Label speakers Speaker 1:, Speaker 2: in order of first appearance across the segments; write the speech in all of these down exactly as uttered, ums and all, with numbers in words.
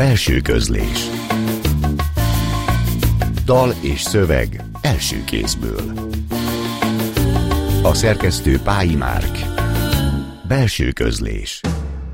Speaker 1: Belső közlés. Dal és szöveg első kézből. A szerkesztő Pályi Márk. Belső közlés.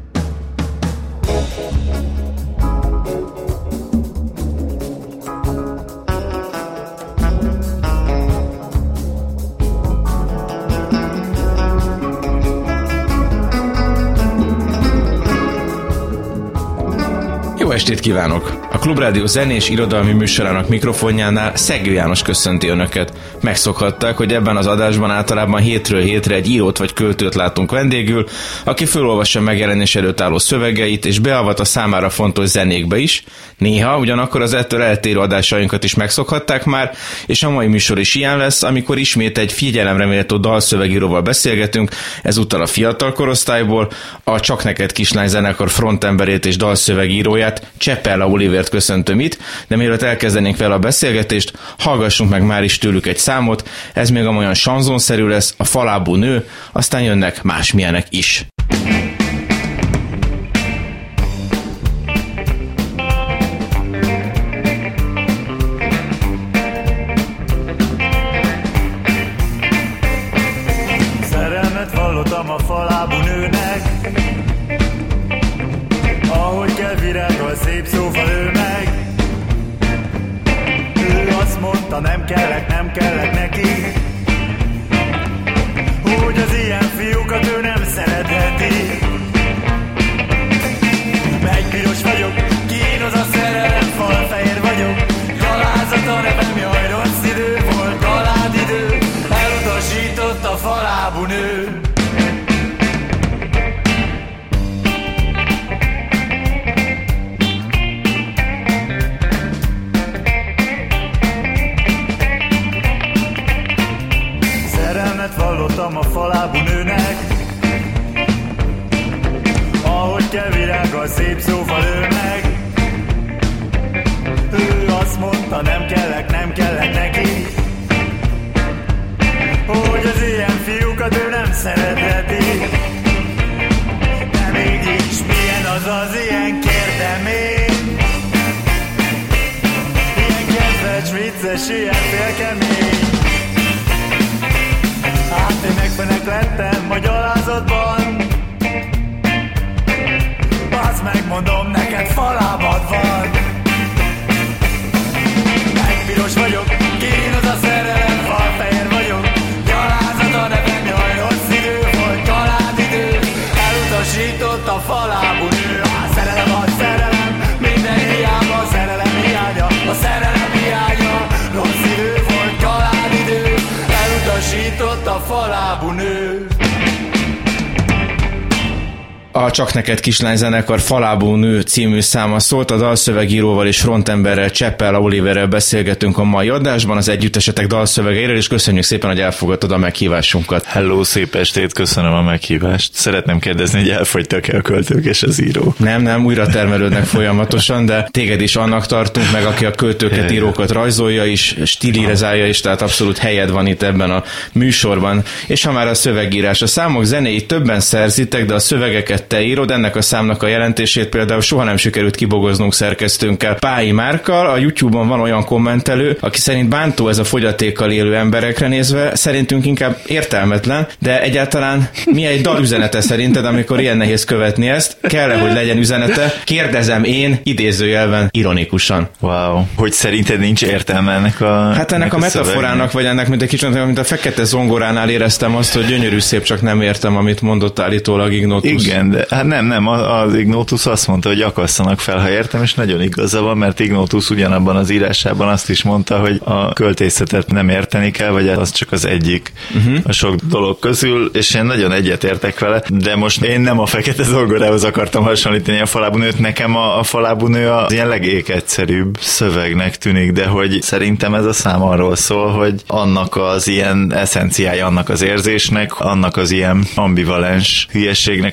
Speaker 2: Jó estét kívánok! A Klubrádió zenés irodalmi műsorának mikrofonjánál Szegő János köszönti Önöket. Megszokhatták, hogy ebben az adásban általában hétről hétre egy írót vagy költőt látunk vendégül, aki felolvassa megjelenés előtt álló szövegeit és beavat a számára fontos zenékbe is. Néha ugyanakkor az ettől eltérő adásainkat is megszokhatták már, és a mai műsor is ilyen lesz, amikor ismét egy figyelemre méltó dalszövegíróval beszélgetünk, ezúttal a fiatal korosztályból, a Csak neked kislány zenekar frontemberét és dalszövegíróját, Cseppella Olivert köszöntöm itt, de mielőtt elkezdenénk vele a beszélgetést, hallgassunk meg már is tőlük egy számot, ez még amolyan sanzonszerű lesz, a Falábú nő, aztán jönnek másmilyenek is.
Speaker 3: Szerelmet vallottam a falábú nőnek, ahogy kell virággal szép szóval ő meg. Ő azt mondta, nem kellek, nem kellek neki, hogy az ilyen fiúkat ő nem szeretheti. Megpiros vagyok, kínos a szerelem, falfehér vagyok, gyalázat a nevem, jaj, rossz idő volt, galádidő, elutasított a falábú nő. Vallottam a falábú nőnek, ahogy kell virággal szép szóval ő meg. Ő azt mondta, nem kellek, nem kellek neki, hogy az ilyen fiúkat ő nem szeretheti. De mégis milyen az az ilyen, kérdem én, ilyen kedves, vicces, ilyen félkemény. Hát én megfenek lettem a gyalázatban, bász megmondom, neked falábad van. Megpiros vagyok, kínos a szerelem, falfehér vagyok, gyalázat a nevem, jaj, rossz idő volt, galádidő, elutasított a falábú nő. A szerelem, a szerelem, minden hiába, a szerelem hiánya, a szerelem hiánya, rossz idő volt, galádidő, elutasított a falábú nő.
Speaker 2: A Csak neked kislány zenekar Falábú nő című száma szólt, a dalszövegíróval és frontemberrel, Cseppella Oliverrel beszélgetünk a mai adásban, az együttesetek dalszövegeiről, és köszönjük szépen, hogy elfogadtad a meghívásunkat.
Speaker 4: Hello, szép estét, köszönöm a meghívást. Szeretném kérdezni, hogy elfogytak-e a költők és az írók?
Speaker 2: Nem, nem, újra termelődnek folyamatosan, de téged is annak tartunk, meg aki a költőket, írókat rajzolja is, stilírezálja is, tehát abszolút helyed van itt ebben a műsorban. És ha már a szövegírás, a számok zenéit többen szerzitek, de a szövegeket te írod, ennek a számnak a jelentését például soha nem sikerült kibogoznunk szerkesztőnkkel, Pályi Márkkal. A YouTube-on van olyan kommentelő, aki szerint bántó ez a fogyatékkal élő emberekre nézve, szerintünk inkább értelmetlen, de egyáltalán mi egy dal üzenete szerinted, amikor ilyen nehéz követni ezt? Kell-e, hogy legyen üzenete? Kérdezem én, idézőjelben, ironikusan.
Speaker 4: Wow. Hogy szerinted nincs értelme ennek a
Speaker 2: Hát ennek a, a metaforának, szövegnek? Vagy ennek, mint egy kicsit, mint a Fekete zongoránál éreztem azt, hogy gyönyörű szép, csak nem értem, amit mondott állítólag Ignótus.
Speaker 4: Igen, de hát nem, nem, az Ignótus azt mondta, hogy akasszanak fel, ha értem, és nagyon igaza van, mert Ignótus ugyanabban az írásában azt is mondta, hogy a költészetet nem érteni kell, vagy az csak az egyik uh-huh. a sok dolog közül, és én nagyon egyetértek vele, de most én nem a Fekete zongorához akartam hasonlítani a Falábú nőt, nekem a, a Falábú nő az ilyen legékegyszerűbb szövegnek tűnik, de hogy szerintem ez a szám arról szól, hogy annak az ilyen eszenciája, annak az érzésnek, annak az ilyen ambivalens hülyességnek, amit csinál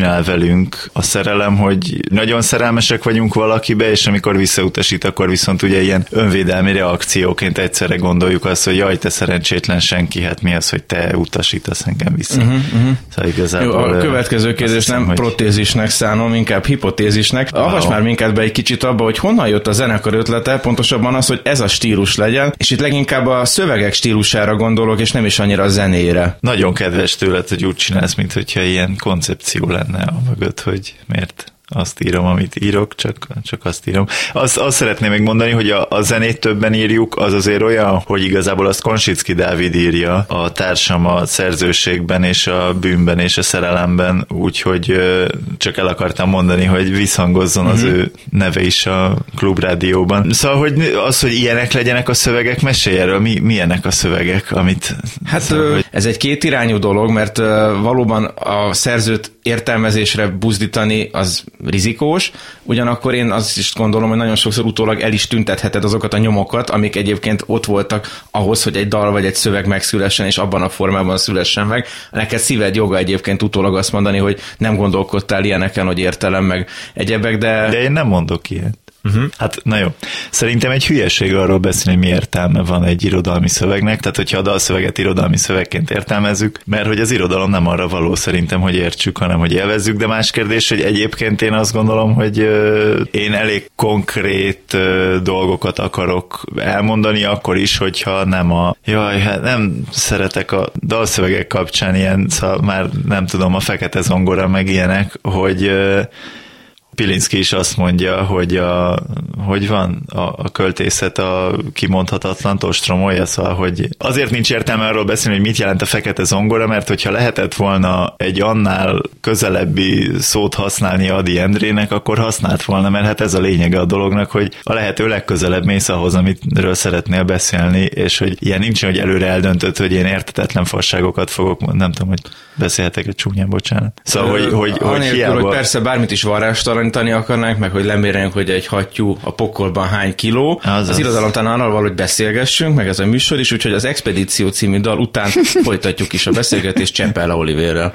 Speaker 4: csinál velünk a szerelem, hogy nagyon szerelmesek vagyunk valakibe, és amikor visszautasít, akkor viszont ugye ilyen önvédelmi reakcióként egyszerre gondoljuk azt, hogy jaj, te szerencsétlen senki, hát mi az, hogy te utasítasz engem vissza. Uh-huh, uh-huh. Szóval igazából,
Speaker 2: Jó, a következő kérdés nem hogy... protézisnek szánom, inkább hipotézisnek. Wow. Avasd már minket be egy kicsit abba, hogy honnan jött a zenekar ötlete, pontosabban az, hogy ez a stílus legyen, és itt leginkább a szövegek stílusára gondolok, és nem is annyira a zenére.
Speaker 4: Nagyon kedves tőled, hogy úgy csinálsz, mint hogyha ilyen koncepció lenne a mögött, hogy miért azt írom, amit írok, csak, csak azt írom. Azt, azt szeretném még mondani, hogy a, a zenét többen írjuk, az azért olyan, hogy igazából azt Konsicki Dávid írja, a társam a szerzőségben és a bűnben és a szerelemben, úgyhogy csak el akartam mondani, hogy visszhangozzon az mm-hmm. ő neve is a Klubrádióban. Szóval, hogy az, hogy ilyenek legyenek a szövegek, mesélj erről, mi, milyenek a szövegek, amit...
Speaker 2: Hát
Speaker 4: szóval, hogy...
Speaker 2: ez egy kétirányú dolog, mert valóban a szerzőt értelmezésre buzdítani az rizikós, ugyanakkor én azt is gondolom, hogy nagyon sokszor utólag el is tüntetheted azokat a nyomokat, amik egyébként ott voltak ahhoz, hogy egy dal vagy egy szöveg megszülessen, és abban a formában szülessen meg. Neked szíved joga egyébként utólag azt mondani, hogy nem gondolkodtál ilyeneken, hogy értelem meg egyebek, de...
Speaker 4: De én nem mondok ilyet. Uh-huh. Hát, na jó. Szerintem egy hülyeség arról beszélni, hogy mi értelme van egy irodalmi szövegnek, tehát hogyha a dalszöveget irodalmi szövegként értelmezzük, mert hogy az irodalom nem arra való szerintem, hogy értsük, hanem hogy élvezzük, de más kérdés, hogy egyébként én azt gondolom, hogy euh, én elég konkrét euh, dolgokat akarok elmondani, akkor is, hogyha nem a jaj, hát nem szeretek a dalszövegek kapcsán ilyen, szóval már nem tudom, a fekete zongora meg ilyenek, hogy euh, Pilinszky is azt mondja, hogy a, hogy van a, a költészet a kimondhatatlan ostromolja, szóval, hogy azért nincs értelme arról beszélni, hogy mit jelent a fekete zongora, mert hogyha lehetett volna egy annál közelebbi szót használni Ady Endrének, akkor használt volna, mert hát ez a lényege a dolognak, hogy a lehető legközelebb mész ahhoz, amitről szeretnél beszélni, és hogy ilyen nincsen, hogy előre eldöntött, hogy én értetetlen fasságokat fogok, nem tudom, hogy beszélhetek egy csúnyán, bocsánat. Szóval, Ö, hogy, hogy, hogy hiába...
Speaker 2: hogy persze bármit is varrástalanítani akarnánk, meg hogy lemérjünk, hogy egy hattyú a pokolban hány kiló. Az, az irodalom talán arról való, hogy beszélgessünk, meg ez a műsor is, úgyhogy az Expedíció című dal után folytatjuk is a beszélgetést Cseppel Olivérrel.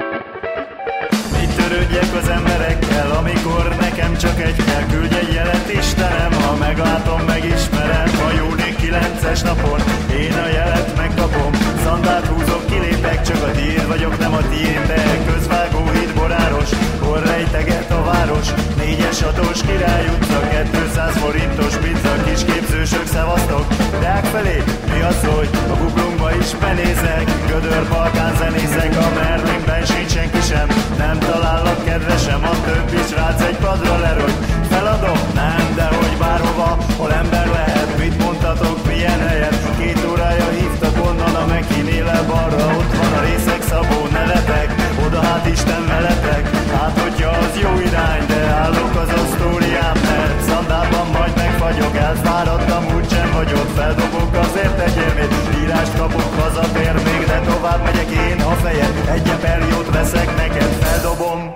Speaker 3: Mit törődjek az emberekkel, amikor nekem csak egy kell, küldj egy jelet Istenem, ha meglátom, megismerem, a júni kilences napon én a jelet megkapom, szandát húzok, kilépek, csak a tiéd vagyok, nem a tiéd, de közvágó híd boráros, hol rejteget a város, négyes hatós Király utca, kétszáz forintos pizza, kis képzősök szevasztok, Deák felé, mi az, hogy a Bublunkba is benézek, gödör balkán zenészek, a Merlinben sincs senki sem, nem találok kedvesem, a többi srác egy padra lerogy, feladom, nem, de hogy bárhova, hol ember lehet, mit mondtatok, milyen helyet, két órája hívtak onnan a Mekinéle balra, ott van a Részeg Szabó, nevetek, oda hát Isten veletek, hát hogyha az jó irány, de állok az osztóriám, mert szandában majd megfagyok, elfáradtam, úgysem vagy ott, feldobok azért egy érmét, írást kapok, hazatér még, de tovább megyek én a fejed, egy eperjót veszek neked, feldobom.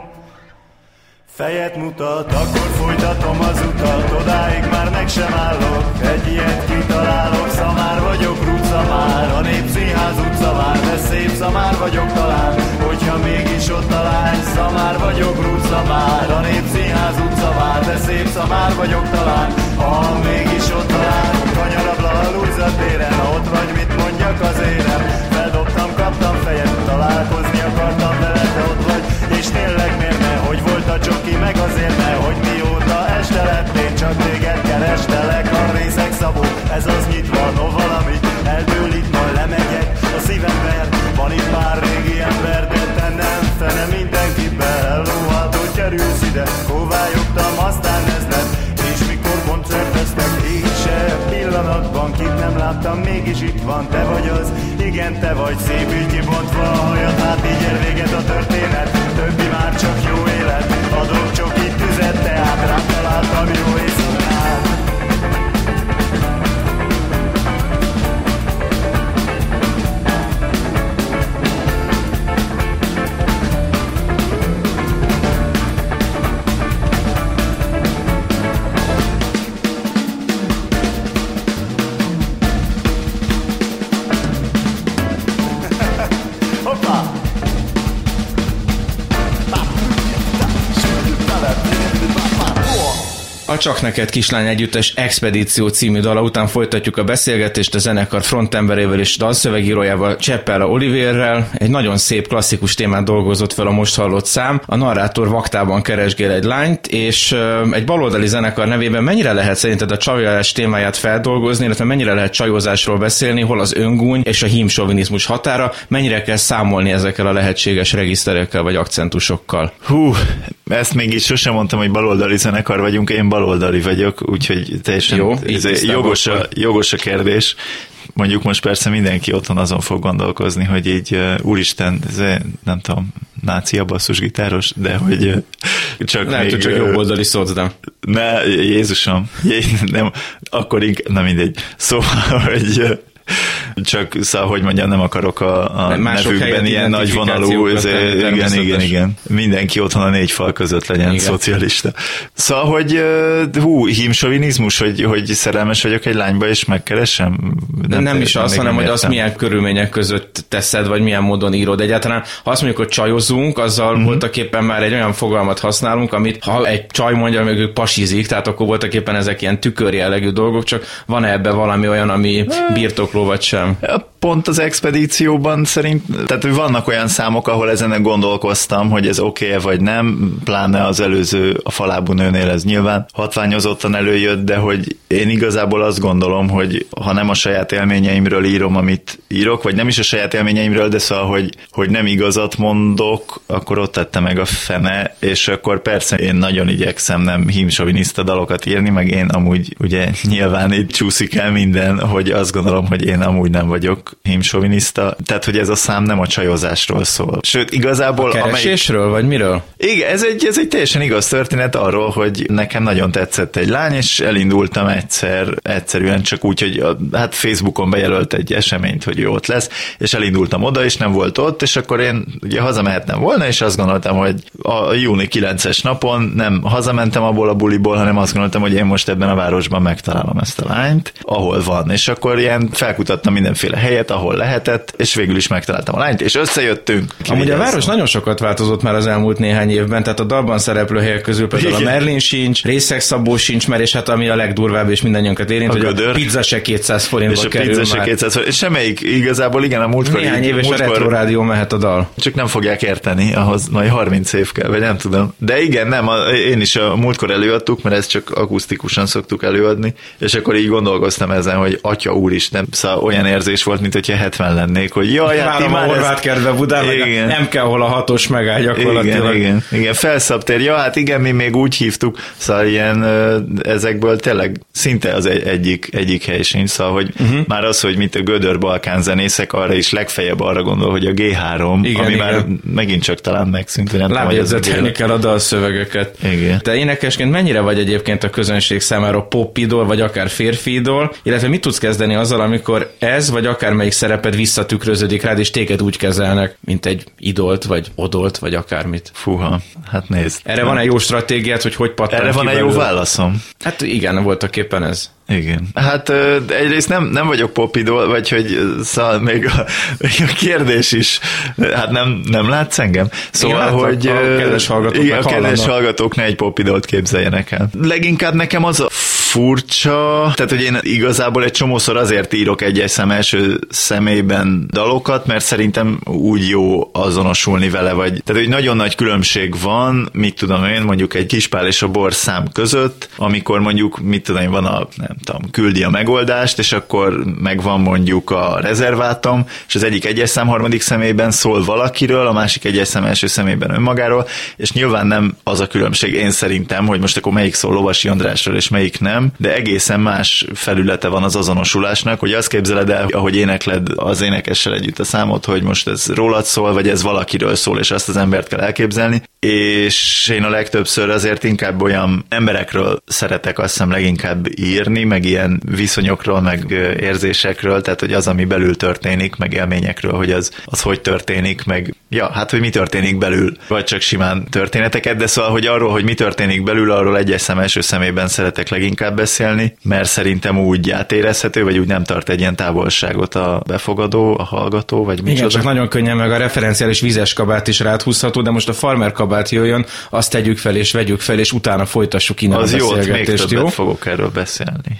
Speaker 3: Fejet mutat, akkor folytatom az utat, odáig már meg sem állok, egy ilyet kitalálok, szamár vagyok, rúcamár, a Népszínház utcavár, de szép szamár vagyok talán, hogyha mégis ott találj, szamár vagyok, rúcamár, a Népszínház utcavár, de szép szamár vagyok talán, ha mégis ott találj, kanyarabla a Lujza téren, ha ott vagy, mit mondjak az érem, feldobtam, kaptam fejet, találkozni akartam veled, de ott vagy, és tényleg miért ne, hogy volt a csoki, meg azért ne, hogy mióta este lett, én csak téged kerestelek, a Részeg Szabó, ez az nyitva, no valami, eldől itt, majd lemegyek, a szívem ver, van itt pár régi ember, de te nem, fene mindenkibe, hello, hát hogy kerülsz ide, kóvályogtam, aztán ez lett, és mikor koncerteztek, így se pillanatban, kit nem láttam, mégis itt van, te vagy az, igen, te vagy, szép így kibontva a hajad, hát így ér véget a történet, többi már csak jó élet, adok csak itt tüzet, tehát rám találtam jó éjszakát.
Speaker 2: Ha csak neked kislány együttes Expedíció című dala után folytatjuk a beszélgetést a zenekar frontemberével és dalszövegírójával, Cseppella Olivérrel. Egy nagyon szép klasszikus témát dolgozott fel a most hallott szám. A narrátor vaktában keresgél egy lányt, és egy baloldali zenekar nevében mennyire lehet szerinted a csajozás témáját feldolgozni, illetve mennyire lehet csajozásról beszélni, hol az öngúny és a hímsovinizmus határa, mennyire kell számolni ezekkel a lehetséges regiszterekkel vagy akcentusokkal?
Speaker 4: Hú, ezt még így sosem mondtam, hogy baloldali zenekar vagyunk, én baloldali vagyok, úgyhogy teljesen
Speaker 2: jó,
Speaker 4: jogos, a, jogos a kérdés. Mondjuk most persze mindenki otthon azon fog gondolkozni, hogy így uh, úristen, ez nem tudom, nácia basszusgitáros, de hogy uh, csak
Speaker 2: lehet,
Speaker 4: még...
Speaker 2: hogy csak jobboldali szocdem.
Speaker 4: Ne, Jézusom, Jé, nem, akkor inkább, na mindegy. Szóval, hogy... Uh, csak szóval, hogy mondjam, nem akarok a, a nevükben ilyen nagy vonalú, igen, igen, igen. Mindenki otthon a négy fal között legyen igen. Szocialista. Szóval, hogy hú, hímsovinizmus, hogy, hogy szerelmes vagyok egy lányba, és megkeresem?
Speaker 2: Nem, nem is az, hanem, hogy azt milyen körülmények között teszed, vagy milyen módon írod. Egyáltalán, ha azt mondjuk, hogy csajozunk, azzal uh-huh. voltaképpen már egy olyan fogalmat használunk, amit ha egy csaj mondja, meg ő pasizik, tehát akkor voltaképpen ezek ilyen tükörjellegű dolgok, csak van ebbe valami olyan, ami birtokló vagy sem?
Speaker 4: Pont az Expedícióban szerint, tehát vannak olyan számok, ahol ezen gondolkoztam, hogy ez oké-e vagy nem, pláne az előző a Falábú nőnél ez nyilván hatványozottan előjött, de hogy én igazából azt gondolom, hogy ha nem a saját élményeimről írom, amit írok, vagy nem is a saját élményeimről, de szóval, hogy, hogy nem igazat mondok, akkor ott tette meg a fene, és akkor persze én nagyon igyekszem nem hímsoviniszta dalokat írni, meg én amúgy ugye nyilván itt csúszik el minden, hogy azt gondolom, hogy én amúgy nem vagyok hímsoviniszta, tehát hogy ez a szám nem a csajozásról szól. Sőt, igazából...
Speaker 2: A keresésről, amelyik... vagy miről?
Speaker 4: Igen, ez egy, ez egy teljesen igaz történet arról, hogy nekem nagyon tetszett egy lány, és elindultam egyszer, egyszerűen csak úgy, hogy a, hát Facebookon bejelölt egy eseményt, hogy ő ott lesz, és elindultam oda, és nem volt ott, és akkor én ugye hazamehetnem volna, és azt gondoltam, hogy a júni kilences napon nem hazamentem abból a buliból, hanem azt gondoltam, hogy én most ebben a városban megtalálom ezt a lányt, ahol van, és akkor ilyen felkutattam mindenféle helyet, ahol lehetett, és végül is megtaláltam a lányt, és összejöttünk.
Speaker 2: Amúgy a város nagyon sokat változott már az elmúlt néhány évben, tehát a dalban szereplő helyek közül például igen. A Merlin sincs, Részegszabó sincs, mert és hát ami a legdurvább, és mindannyiunkat érint, a hogy gödör. A pizza se kétszáz forintba és kerül. És a pizza se kétszáz forint, és semmelyik igazából igen, a múltkor... Néhány év és a Retro Rádió mehet a dal.
Speaker 4: Csak nem fogják érteni, ahhoz majd harminc év kell, vagy nem tudom. De igen, nem, a, én is a múltkor előadtuk, mert ezt csak akusztikusan szoktuk előadni, és akkor így gondolkoztam ezen, hogy atya úristen, szóval olyan érzés volt, mint hogyha hetven lennék, hogy jaj, hát
Speaker 2: ti már a Horváth kertbe Budán, nem kell hol a hatos megáll gyakorlatilag.
Speaker 4: Igen, igen, igen, felszabtér, ja, hát igen, mi még úgy hívtuk, szóval ilyen ezekből tényleg szinte az egy, egyik, egyik hely sincs, szóval, hogy uh-huh. már az, hogy mint a gödör balkán zenészek, arra is legfeljebb arra gondol, hogy a gé három, igen, ami igen. már megint csak talán megszűnt.
Speaker 2: Lábjegyzetelni kell a dalszövegeket.
Speaker 4: Igen.
Speaker 2: Te énekesként mennyire vagy egyébként a közönség számára pop idol, vagy akár férfi idol, illetve mit tudsz kezdeni azzal, amikor ez, vagy akármelyik szereped visszatükröződik rád, és téged úgy kezelnek, mint egy idolt, vagy odolt, vagy akármit.
Speaker 4: Fúha, hát nézd.
Speaker 2: Erre van egy jó stratégiát, hogy hogy pattan
Speaker 4: Erre van egy jó válaszom.
Speaker 2: Hát igen, voltak éppen ez.
Speaker 4: Igen. Hát egyrészt nem, nem vagyok popidol, vagy hogy szóval még a, még a kérdés is, hát nem, nem látsz engem? Szóval, igen, hogy
Speaker 2: a, a kedves hallgatók,
Speaker 4: igen, a kedves hallgatók ne egy popidolt képzeljenek el. Leginkább nekem az a furcsa, tehát hogy én igazából egy csomószor azért írok egyes szem első személyben dalokat, mert szerintem úgy jó azonosulni vele, vagy tehát hogy nagyon nagy különbség van, mit tudom én, mondjuk egy Kispál és a bor szám között, amikor mondjuk, mit tudom én, van a, nem tudom, küldi a megoldást, és akkor megvan mondjuk a rezervátom, és az egyik egyes szám harmadik személyben szól valakiről, a másik egyes szám első személyben önmagáról, és nyilván nem az a különbség, én szerintem, hogy most akkor melyik szól Lovasi Andrásról, és melyik nem, de egészen más felülete van az azonosulásnak, hogy azt képzeled el, ahogy énekled az énekessel együtt a számot, hogy most ez rólad szól, vagy ez valakiről szól, és azt az embert kell elképzelni, és én a legtöbbször azért inkább olyan emberekről szeretek azt hiszem leginkább írni, meg ilyen viszonyokról, meg érzésekről, tehát hogy az, ami belül történik, meg élményekről, hogy az, az hogy történik, meg ja, hát hogy mi történik belül, vagy csak simán történeteket, de szóval, hogy arról, hogy mi történik belül, arról egyes szem első szemében szeretek leginkább beszélni, mert szerintem úgy átérezhető, vagy úgy nem tart egy ilyen távolságot a befogadó, a hallgató, vagy micsoda.
Speaker 2: Igen, csak nagyon könnyen meg a referenciális vizes kabát is rád húzható, de most a farmer kabát kabát jöjjön, azt tegyük fel és vegyük fel, és utána folytassuk innen
Speaker 4: az
Speaker 2: a
Speaker 4: beszélgetést. Az jó, még többet
Speaker 2: jó?
Speaker 4: fogok erről beszélni.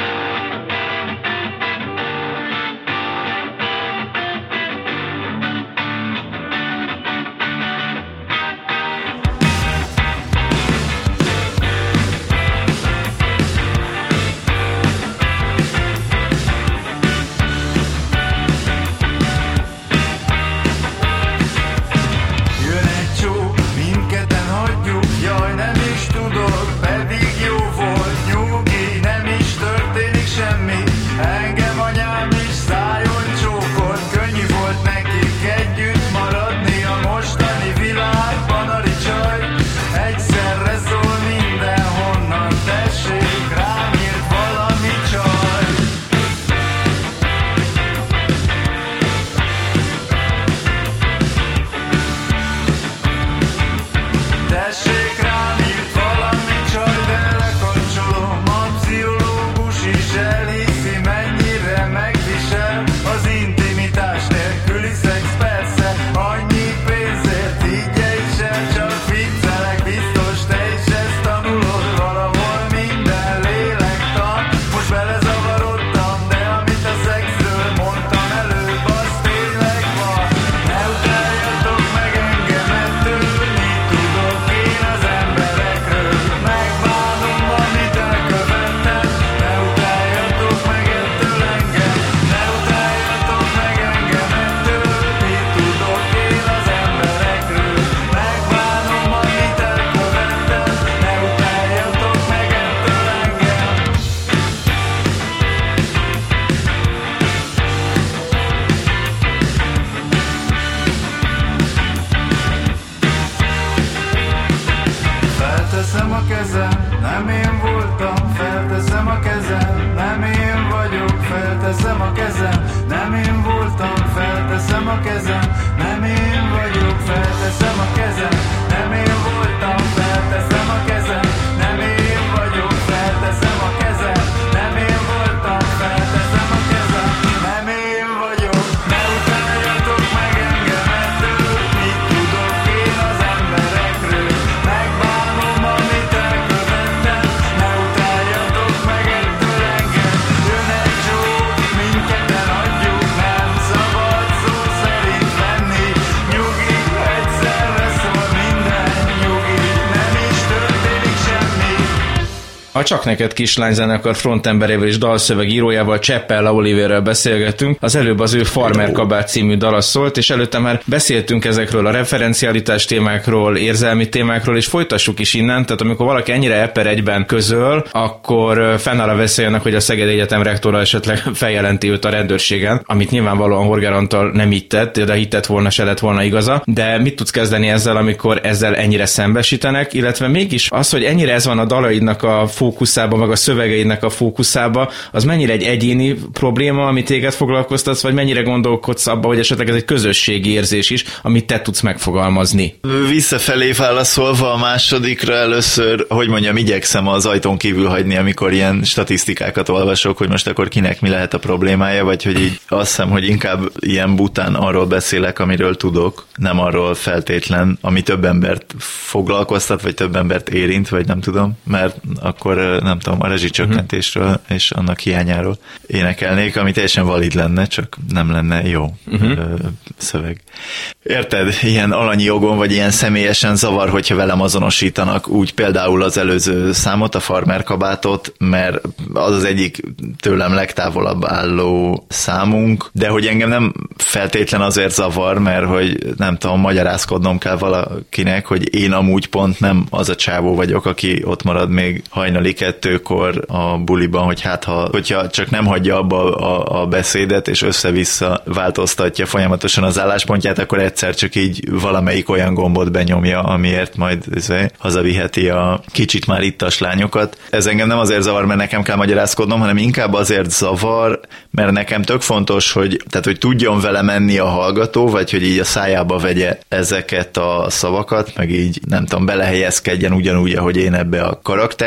Speaker 2: A Csak neked kislány zenekar frontemberével és dalszövegírójával, Cseppella Oliverrel beszélgettünk. Az előbb az ő Farmer kabát című dala szólt, és előtte már beszéltünk ezekről a referencialitás témákról, érzelmi témákról, és folytassuk is innen. Tehát amikor valaki ennyire eper egyben közöl, akkor fennáll a veszély annak, hogy a Szegedi Egyetem rektora esetleg feljelenti őt a rendőrségen, amit nyilvánvalóan Horger Antal nem így tett, de hittett volna, se lett volna igaza. De mit tudsz kezdeni ezzel, amikor ezzel ennyire szembesítenek, illetve mégis az, hogy ennyire ez van a dalaidnak a fókuszába, meg a szövegeidnek a fókuszába, az mennyire egy egyéni probléma, amit téged foglalkoztatsz, vagy mennyire gondolkodsz abba, hogy esetleg ez egy közösségi érzés is, amit te tudsz megfogalmazni?
Speaker 4: Visszafelé válaszolva a másodikra először, hogy mondjam, igyekszem az ajtón kívül hagyni, amikor ilyen statisztikákat olvasok, hogy most akkor kinek mi lehet a problémája, vagy hogy így azt hiszem, hogy inkább ilyen bután arról beszélek, amiről tudok, nem arról feltétlen, ami több embert foglalkoztat, vagy több embert érint, vagy nem tudom, mert akkor nem tudom, a rezsicsökkentésről uh-huh. és annak hiányáról énekelnék, ami teljesen valid lenne, csak nem lenne jó uh-huh. szöveg. Érted? Ilyen alanyi jogon, vagy ilyen személyesen zavar, hogyha velem azonosítanak, úgy például az előző számot, a Farmer kabátot, mert az az egyik tőlem legtávolabb álló számunk, de hogy engem nem feltétlen azért zavar, mert hogy nem tudom, magyarázkodnom kell valakinek, hogy én amúgy pont nem az a csávó vagyok, aki ott marad még hajnali kettőkor a buliban, hogy hát ha, hogyha csak nem hagyja abba a, a beszédet, és össze-vissza változtatja folyamatosan az álláspontját, akkor egyszer csak így valamelyik olyan gombot benyomja, amiért majd hazaviheti a kicsit már ittas lányokat. Ez engem nem azért zavar, mert nekem kell magyarázkodnom, hanem inkább azért zavar, mert nekem tök fontos, hogy, tehát, hogy tudjon vele menni a hallgató, vagy hogy így a szájába vegye ezeket a szavakat, meg így nem tudom, belehelyezkedjen ugyanúgy, ahogy én ebbe a karakterbe, és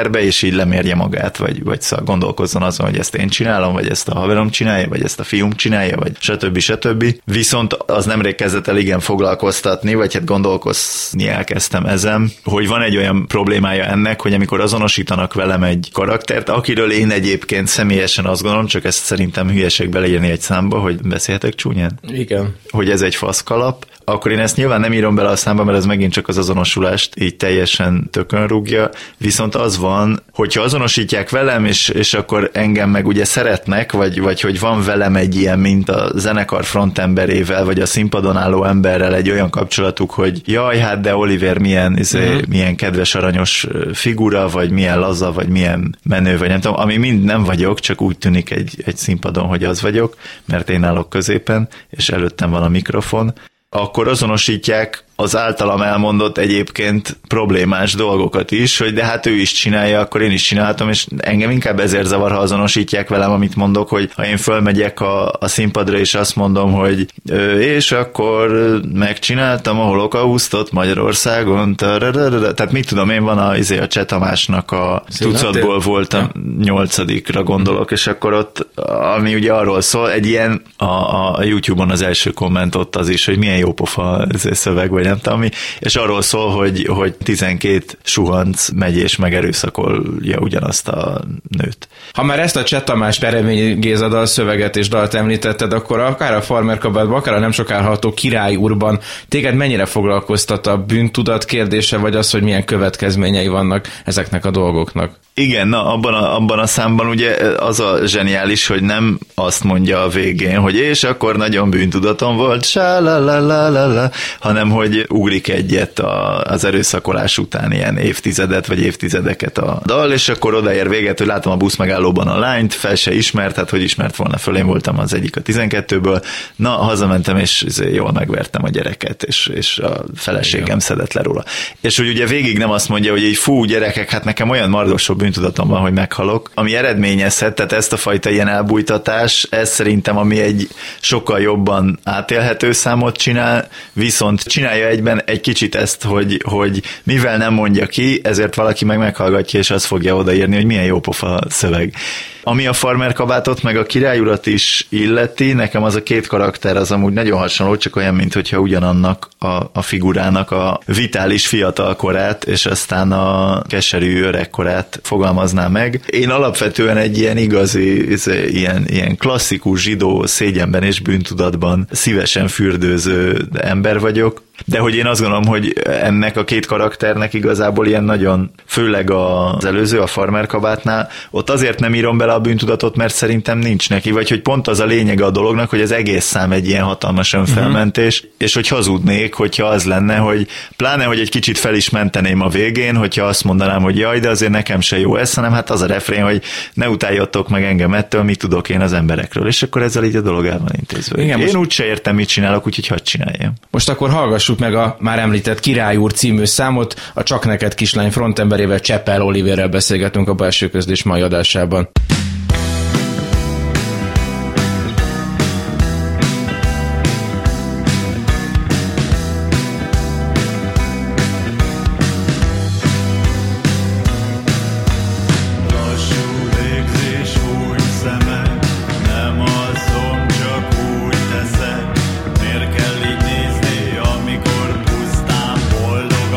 Speaker 4: és így lemérje magát, vagy, vagy szóval gondolkozzon azon, hogy ezt én csinálom, vagy ezt a haverom csinálja, vagy ezt a fiúm csinálja, vagy stb. stb. Viszont az nemrég kezdett el igen foglalkoztatni, vagy hát gondolkozni elkezdtem ezen, hogy van egy olyan problémája ennek, hogy amikor azonosítanak velem egy karaktert, akiről én egyébként személyesen azt gondolom, csak ezt szerintem hülyeség beleírni egy számba, hogy beszélhetek csúnyán?
Speaker 2: Igen.
Speaker 4: Hogy ez egy faszkalap, akkor én ezt nyilván nem írom bele a számba, mert ez megint csak az azonosulást így teljesen tökön rúgja, viszont az van, hogyha azonosítják velem, és, és akkor engem meg ugye szeretnek, vagy, vagy hogy van velem egy ilyen, mint a zenekar frontemberével, vagy a színpadon álló emberrel egy olyan kapcsolatuk, hogy jaj, hát de Oliver milyen, izé, uh-huh. milyen kedves, aranyos figura, vagy milyen laza, vagy milyen menő, vagy nem tudom, ami mind nem vagyok, csak úgy tűnik egy, egy színpadon, hogy az vagyok, mert én állok középen, és előttem van a mikrofon, akkor azonosítják az általam elmondott egyébként problémás dolgokat is, hogy de hát ő is csinálja, akkor én is csináltam, és engem inkább ezért zavar, ha azonosítják velem, amit mondok, hogy ha én fölmegyek a, a színpadra, és azt mondom, hogy és akkor megcsináltam a holokausztot Magyarországon, tehát mit tudom én, van a, izé, a Cseh Tamásnak a tucatból voltam nyolcadikra gondolok, és akkor ott, ami ugye arról szól, egy ilyen a, a YouTube-on az első komment ott az is, hogy milyen jó pofa szöveg, vagy nem tudom, és arról szól, hogy, hogy tizenkét suhanc megy és megerőszakolja ugyanazt a nőt.
Speaker 2: Ha már ezt a Cseh Tamás Pereményi Géza dalszöveget és dalt említetted, akkor akár a Farmer kabátban, akár a nem sokára hallható Király úrban téged mennyire foglalkoztat a bűntudat kérdése, vagy az, hogy milyen következményei vannak ezeknek a dolgoknak?
Speaker 4: Igen, na abban a, abban a számban ugye az a zseniális, hogy nem azt mondja a végén, hogy és akkor nagyon bűntudatom volt, sa-la-la-la-la-la, hanem hogy ugrik egyet a, az erőszakolás után ilyen évtizedet vagy évtizedeket a dal, és akkor odaér véget, hogy látom a busz megállóban a lányt, fel se ismert, hát hogy ismert volna föl, én voltam az egyik a tizenkettőből, na hazamentem, és jól megvertem a gyereket, és, és a feleségem igen. szedett le róla. És hogy ugye végig nem azt mondja, hogy így fú, gyerekek, hát nekem olyan margosok bűntudatom van, hogy meghalok, ami eredményezhet, tehát ezt a fajta ilyen elbújtatás, ez szerintem, ami egy sokkal jobban átélhető számot csinál, viszont csinálja egyben egy kicsit ezt, hogy, hogy mivel nem mondja ki, ezért valaki meg meghallgatja, és azt fogja odaírni, hogy milyen jópofa szöveg. Ami a Farmer kabátot meg a Király urat is illeti, nekem az a két karakter az amúgy nagyon hasonló, csak olyan, mint hogyha ugyanannak a, a figurának a vitális fiatal korát, és aztán a keserű öreg korát fogalmazná meg. Én alapvetően egy ilyen igazi, ilyen, ilyen klasszikus zsidó szégyenben és bűntudatban szívesen fürdőző ember vagyok, de hogy én azt gondolom, hogy ennek a két karakternek igazából ilyen nagyon, főleg az előző, a Farmer kabátnál, ott azért nem írom bele a bűntudatot, mert szerintem nincs neki, vagy hogy pont az a lényege a dolognak, hogy az egész szám egy ilyen hatalmas önfelmentés, uh-huh. és hogy hazudnék, hogyha az lenne, hogy pláne, hogy egy kicsit fel is menteném a végén, hogyha azt mondanám, hogy jaj, de azért nekem se jó ez, hanem hát az a refrén, hogy ne utáljatok meg engem ettől, mit tudok én az emberekről, és akkor ezzel így a dolog el van intézve. Igen, én most... úgyse értem, mit csinálok, úgyhogy hadd csináljam.
Speaker 2: Most akkor hallgassuk meg a már említett Király úr című számot, a Csak neked kislány frontemberével, Cseppel Oliverrel beszélgetünk a Belső Közlés mai adásában.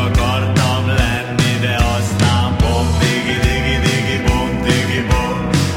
Speaker 3: Boom, digi, digi, digi, boom, digi, boom.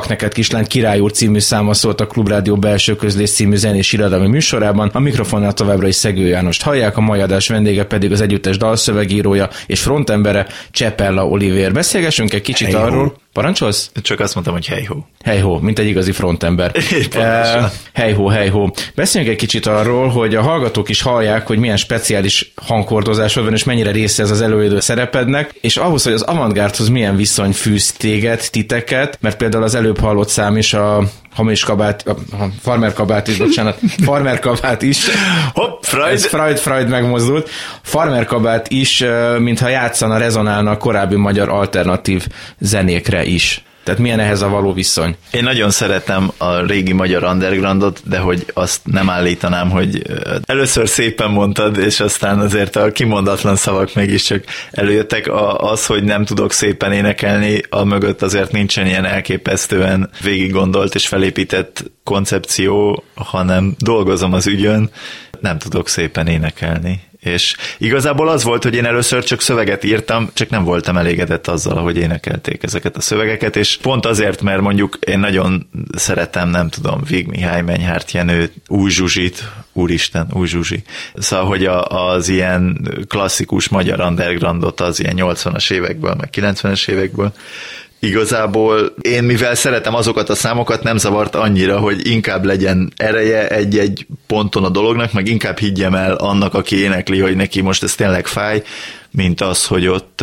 Speaker 2: Csak neked kislány Király úr című száma szólt a Klubrádió belső közlés című zenés irodalmi műsorában. A mikrofonnál továbbra is Szegő Jánost hallják, a mai adás vendége pedig az együttes dalszövegírója és frontembere Csepella Olivér. Beszélgessünk egy kicsit hey arról. Ho. Parancsolsz?
Speaker 4: Csak azt mondtam, hogy hey ho.
Speaker 2: Hey ho, mint egy igazi frontember. uh, hey ho, hey ho. Beszéljünk egy kicsit arról, hogy a hallgatók is hallják, hogy milyen speciális hangkordozásod van, és mennyire része ez az előidő szerepednek, és ahhoz, hogy az avantgárdhoz milyen viszony fűz téged, titeket, mert például az előbb hallott szám is a hamis kabát, a farmer kabát is, bocsánat, farmer kabát is.
Speaker 4: Hopp, Freud.
Speaker 2: Freud, Freud megmozdult. Farmer kabát is, mintha játszana, rezonálna a korábbi magyar alternatív zenékre is. Tehát milyen ehhez a való viszony?
Speaker 4: Én nagyon szeretem a régi magyar undergroundot, de hogy azt nem állítanám, hogy először szépen mondtad, és aztán azért a kimondatlan szavak mégiscsak előjöttek. Az, hogy nem tudok szépen énekelni, a mögött azért nincsen ilyen elképesztően végig gondolt és felépített koncepció, hanem dolgozom az ügyön, nem tudok szépen énekelni. És igazából az volt, hogy én először csak szöveget írtam, csak nem voltam elégedett azzal, ahogy énekelték ezeket a szövegeket, és pont azért, mert mondjuk én nagyon szeretem, nem tudom, Vig Mihály, Menyhárt Jenő, Új Zsuzsit, úristen, Új Zsuzsi. Szóval, hogy a, az ilyen klasszikus magyar undergroundot az ilyen nyolcvanas évekből, meg kilencvenes évekből, igazából én, mivel szeretem azokat a számokat, nem zavart annyira, hogy inkább legyen ereje egy-egy ponton a dolognak, meg inkább higgyem el annak, aki énekli, hogy neki most ez tényleg fáj, mint az, hogy ott,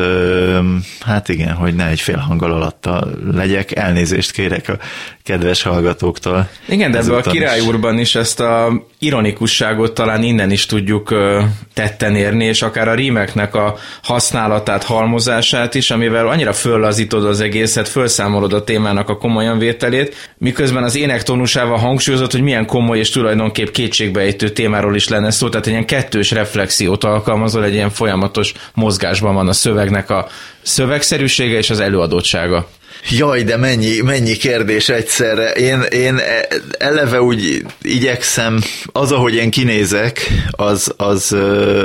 Speaker 4: hát igen, hogy ne egy fél hanggal alatta legyek. Elnézést kérek a kedves hallgatóktól.
Speaker 2: Igen, de ebben a Király úrban is ezt a ironikusságot talán innen is tudjuk tetten érni, és akár a rímeknek a használatát, halmozását is, amivel annyira föllazítod az egészet, felszámolod a témának a komolyan vételét, miközben az ének tónusával hangsúlyozott, hogy milyen komoly és tulajdonképp kétségbeejtő témáról is lenne szó, tehát egy ilyen kettős reflexiót alkalmazol, egy ilyen folyamatos mozgásban van a szövegnek a szövegszerűsége és az előadottsága.
Speaker 4: Jaj, de mennyi, mennyi kérdés egyszerre. Én, én eleve úgy igyekszem, az, ahogy én kinézek, az, az,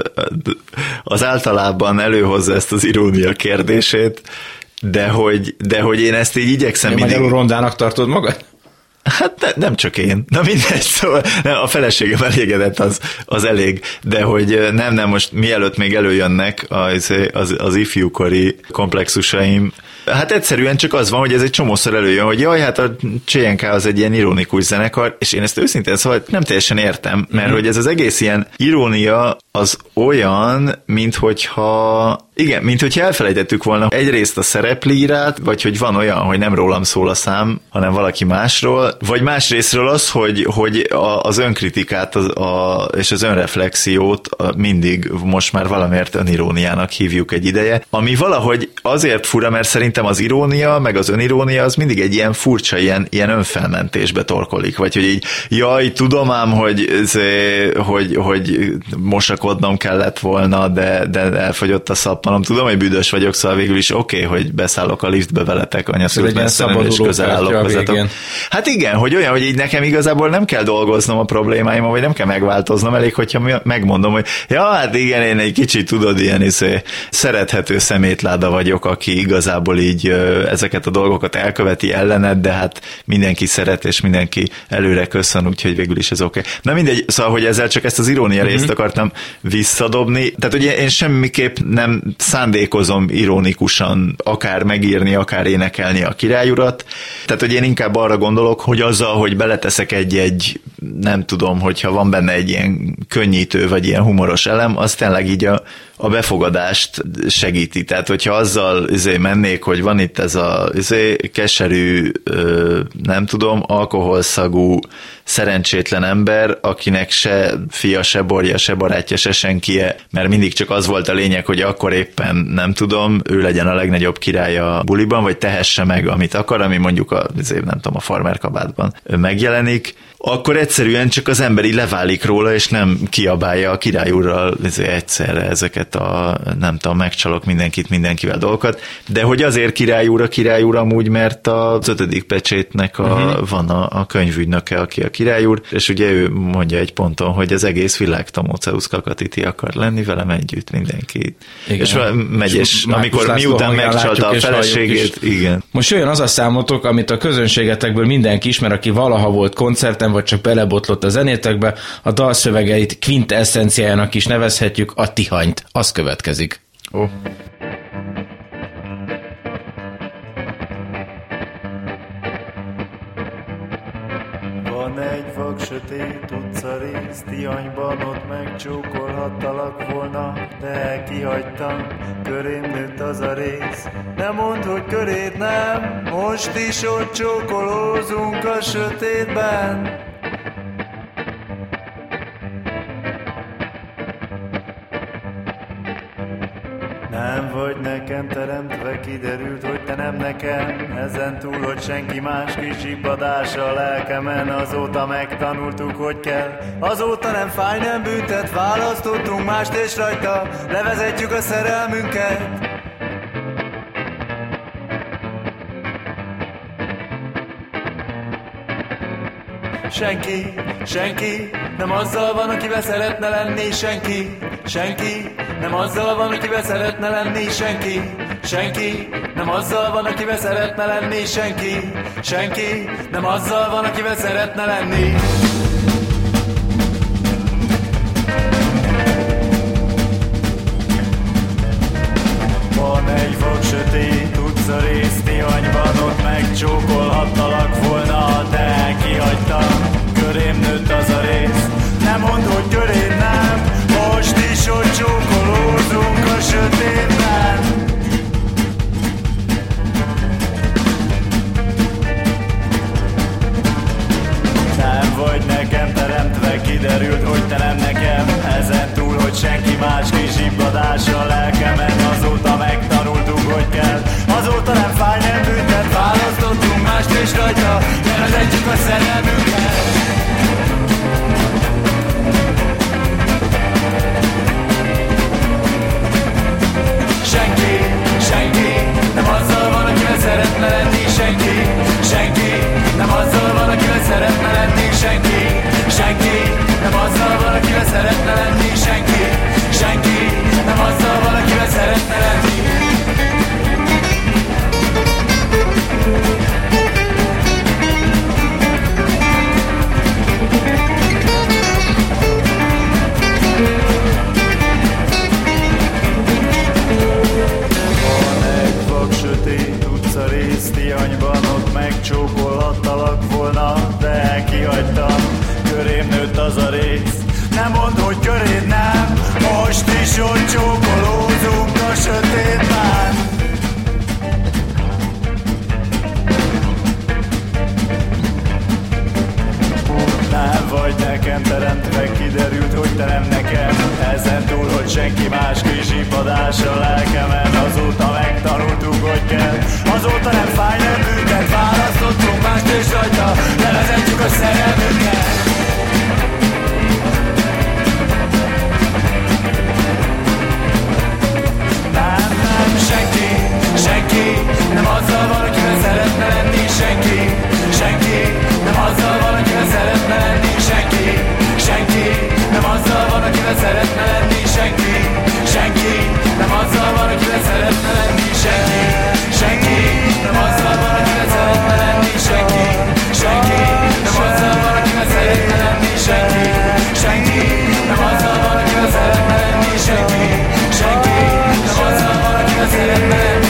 Speaker 4: az általában előhozza ezt az irónia kérdését, de hogy, de hogy én ezt így igyekszem
Speaker 2: mindig... Magyarul rondának tartod magad?
Speaker 4: Hát ne, nem csak én, na mindegy, szóval nem, a feleségem elégedett, az, az elég, de hogy nem, nem, most mielőtt még előjönnek az, az, az ifjúkori komplexusaim, hát egyszerűen csak az van, hogy ez egy csomószor előjön, hogy jaj, hát a cé en ká az egy ilyen ironikus zenekar, és én ezt őszintén szóval nem teljesen értem, mert mm-hmm. hogy ez az egész ilyen irónia az olyan, minthogyha igen, mint hogyha elfelejtettük volna egyrészt a szereplírát, vagy hogy van olyan, hogy nem rólam szól a szám, hanem valaki másról, vagy másrésztről az, hogy, hogy az önkritikát az, a, és az önreflexiót mindig most már valamiért öniróniának hívjuk egy ideje, ami valahogy azért fura, mert szerintem az irónia, meg az önirónia az mindig egy ilyen furcsa, ilyen, ilyen önfelmentésbe torkolik, vagy hogy így, jaj, tudom ám, hogy, hogy, hogy mosakodnom kellett volna, de, de elfogyott a szap. Mondom, tudom, hogy büdös vagyok, szóval végül is oké, okay, hogy beszállok a liftbe veletek, anyaszült messzelenül, és közel állok hozzátok. Hát igen, hogy olyan, hogy így nekem igazából nem kell dolgoznom a problémáimon, vagy nem kell megváltoznom, elég, hogyha megmondom, hogy ja, hát igen, én egy kicsit tudod, ilyen izé, szerethető szemétláda vagyok, aki igazából így ezeket a dolgokat elköveti ellened, de hát mindenki szeret, és mindenki előre köszön, úgyhogy végül is ez oké. Okay. Na mindegy, szóval, hogy ezzel csak ezt az irónia mm-hmm. részt akartam visszadobni. Tehát ugye én semmiképp nem szándékozom ironikusan akár megírni, akár énekelni a királyurat. Tehát, hogy én inkább arra gondolok, hogy azzal, hogy beleteszek egy-egy, nem tudom, hogyha van benne egy ilyen könnyítő, vagy ilyen humoros elem, az tényleg így a, a befogadást segíti. Tehát, hogyha azzal izé mennék, hogy van itt ez a izé, keserű, nem tudom, alkoholszagú, szerencsétlen ember, akinek se fia, se borja, se barátja, se senkie, mert mindig csak az volt a lényeg, hogy akkor éppen, nem tudom, ő legyen a legnagyobb király a buliban, vagy tehesse meg, amit akar, ami mondjuk a, azért nem tudom, a farmer kabátban megjelenik, akkor egyszerűen csak az ember így leválik róla, és nem kiabálja a király úrral egyszerre ezeket ezeket a, nem tudom, megcsalok mindenkit, mindenkivel dolgokat, de hogy azért király úr a király úr amúgy, mert az ötödik pecsétnek a, uh-huh. van a, a könyvügynöke, aki a király úr, és ugye ő mondja egy ponton, hogy az egész világ Tomóceusz Kakatiti akar lenni, velem együtt mindenki. Igen. És megy, és amikor miután megcsalta a feleségét, igen.
Speaker 2: Most jöjjön az a számotok, amit a közönségetekből mindenki ismer, aki valaha volt koncerten, vagy csak belebotlott a zenétekbe, a dalszövegeit quintesszenciájának is nevezhetjük, a tihanyt. Az következik. Ó. Oh.
Speaker 3: Van egy vak sötét utcarész, Tihanyban ott megcsókolhattalak volna, de kihagytam, körém nőtt az a rész. Nem mondd, hogy körét nem, most is ott csókolózunk a sötétben. Nem vagy nekem teremtve, kiderült, hogy te nem nekem. Ezen túl, hogy senki más kis zsibbadás a lelkemen. Azóta megtanultuk, hogy kell. Azóta nem fáj, nem büntet. Választottunk mást és rajta levezetjük a szerelmünket. Senki, senki nem azzal van, akivel szeretne lenni. Senki, senki nem azzal van, akivel szeretne lenni. Senki, senki nem azzal van, akivel szeretne lenni. Senki, senki nem azzal van, akivel szeretne lenni. Van egy vak sötét utcarész Tihanyban, ott megcsókolhattalak volna, de kihagytam, körém nőtt az a rész. Nem mondd, hogy körém nem, most is ott csókolózunk a sötétben. Nem vagy nekem teremtve, kiderült, hogy te nem nekem. Ezen túl, hogy senki más kis zsibbadás a lelkemen. Azóta megtanultuk, hogy kell. Azóta nem fáj, nem büntet. Választottunk mást és rajta levezetjük a szerelmünket. Senki, senki nem azzal van, akivel szeretne lenni. Senki, senki nem azzal van, akivel szeretne lenni. Senki, senki nem azzal van, akivel szeretne lenni. Senki, senki nem azzal van, akivel szeretne lenni. Tihanyban ott megcsókolhattalak volna, de kihagytam, körém nőtt az a rész. Nem mondd, hogy köréd nem, most is ott csókolózunk a sötétben. Nem vagy nekem teremtve, kiderült, hogy te nem nekem. Ezen túl, hogy senki más kis zsibbadás a lelkemen. Azóta megtanultuk, hogy kell. Azóta nem fáj, nem büntet. Választottunk mást és rajta levezetjük a szerelmünket. Nem, nem, senki, senki nem azzal van, akivel szeretne lenni. Senki, senki nem azzal van, akivel szeretne lenni. Senki, senki nem azzal van, akivel szeretne lenni. Senki, senki nem azzal van, akivel szeretne lenni. Senki, senki nem azzal van, akivel szeretne lenni. Senki, senki nem azzal van, akivel szeretne lenni. Senki, senki nem azzal van, akivel szeretne lenni. Senki, senki nem azzal van, akivel szeretne lenni.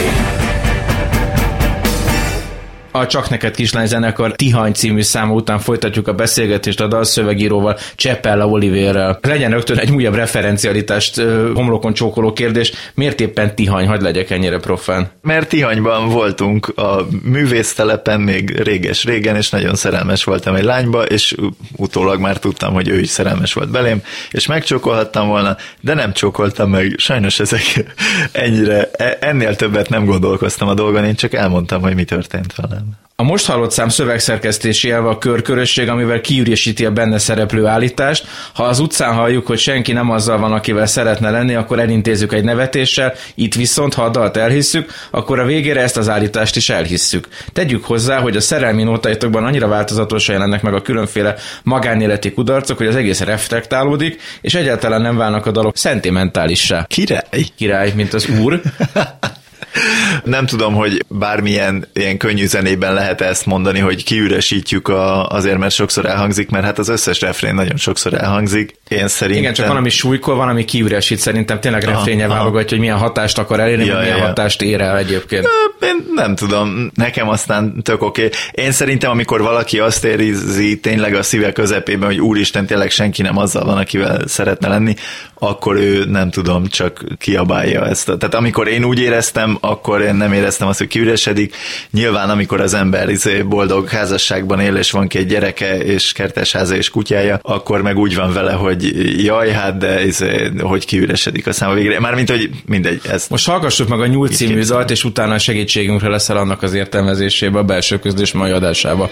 Speaker 2: A Csak neked kislány zenekar Tihany című száma után folytatjuk a beszélgetést a dalszövegíróval, Cseppella Olivérrel. Legyen rögtön egy újabb referencialitást homlokon csókoló kérdés. Miért éppen Tihany? Hadd legyek ennyire profán.
Speaker 4: Mert Tihanyban voltunk a művésztelepen még réges-régen, és nagyon szerelmes voltam egy lányba, és utólag már tudtam, hogy ő is szerelmes volt belém, és megcsókolhattam volna, de nem csókoltam meg. Sajnos ezek ennyire, ennél többet nem gondolkoztam a dolgon, én csak elmondtam, hogy mi történt velem. igen.
Speaker 2: A most hallott szám szövegszerkesztési elve a körkörösség, amivel kiüresíti a benne szereplő állítást. Ha az utcán halljuk, hogy senki nem azzal van, akivel szeretne lenni, akkor elintézzük egy nevetéssel, itt viszont, ha a dalt elhisszük, akkor a végére ezt az állítást is elhisszük. Tegyük hozzá, hogy a szerelmi nótaitokban annyira változatosan jelennek meg a különféle magánéleti kudarcok, hogy az egész reflektálódik, és egyáltalán nem válnak a dalok szentimentálissá.
Speaker 4: Király!
Speaker 2: Király, mint az úr.
Speaker 4: Nem tudom, hogy bármilyen ilyen könnyű zenében lehet ezt mondani, hogy kiüresítjük a, azért, mert sokszor elhangzik, mert hát az összes refrén nagyon sokszor elhangzik. Én szerintem...
Speaker 2: Igen, csak van, ami súlykol, van, ami kiüresít. Szerintem tényleg refrénnyel válogatja, hogy milyen hatást akar elérni, ja, milyen ja. hatást ér el egyébként.
Speaker 4: Én nem tudom, nekem aztán tök oké. Okay. Én szerintem, amikor valaki azt érzi tényleg a szíve közepében, hogy úristen, tényleg senki nem azzal van, akivel szeretne lenni, akkor ő nem tudom, csak kiabálja ezt. Tehát amikor én úgy éreztem, akkor én nem éreztem azt, hogy kiüresedik. Nyilván, amikor az ember boldog házasságban él, és van ki egy gyereke, és kertesháza és kutyája, akkor meg úgy van vele, hogy jaj, hát de ez, hogy kiüresedik a száma végre. Mármint, hogy mindegy. Ezt
Speaker 2: most hallgassuk meg a Nyúl című dalt, és utána a segítségünkre leszel annak az értelmezésébe a belső közlés mai adásába.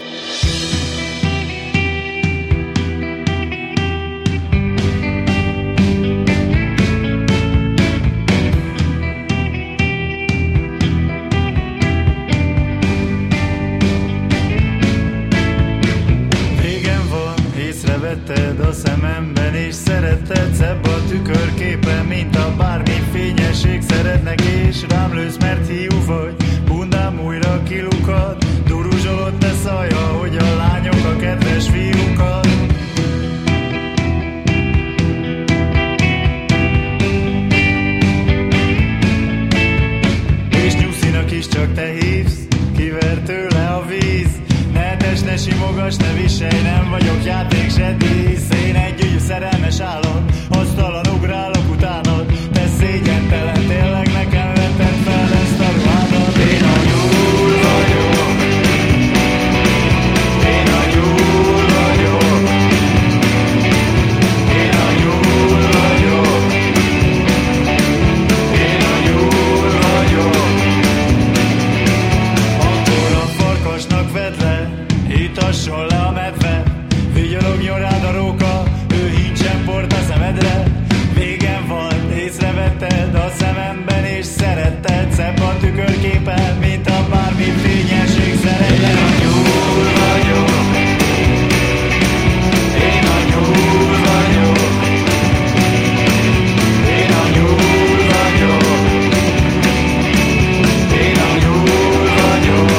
Speaker 3: A szememben és szeretted, szebb a tükörképen, mint a bármi fényesség. Szeretnek és rám lősz, mert hiú vagy, bundám újra kilukad, duruzsolod te szaja, hogy a lányok a kedves fiúkat. És nyuszinak is csak te hívsz, kiver tőle a víz. Ne tess, ne simogass, ne viselj, nem vagyok játék se dísz. Én egy ügy szerelmes állat, asztalan ugrálok utánad. Te szégyentelen, tényleg nekem vetted fel ezt a ruhádat. Én a nyúl vagyok, én a nyúl vagyok, én a nyúl vagyok, én a nyúl vagyok. Akkor a farkasnak vedd le, itasson le a medve, vigyorogjon rád a róka, ő hincsen port a szemedre. Végem van, észrevetted a szememben, és szeretted, szebb a tükörképen, mint a bármi fényesség. Szereted. Én a nyúl vagyok, én a nyúl vagyok, én a nyúl vagyok, én a nyúl vagyok.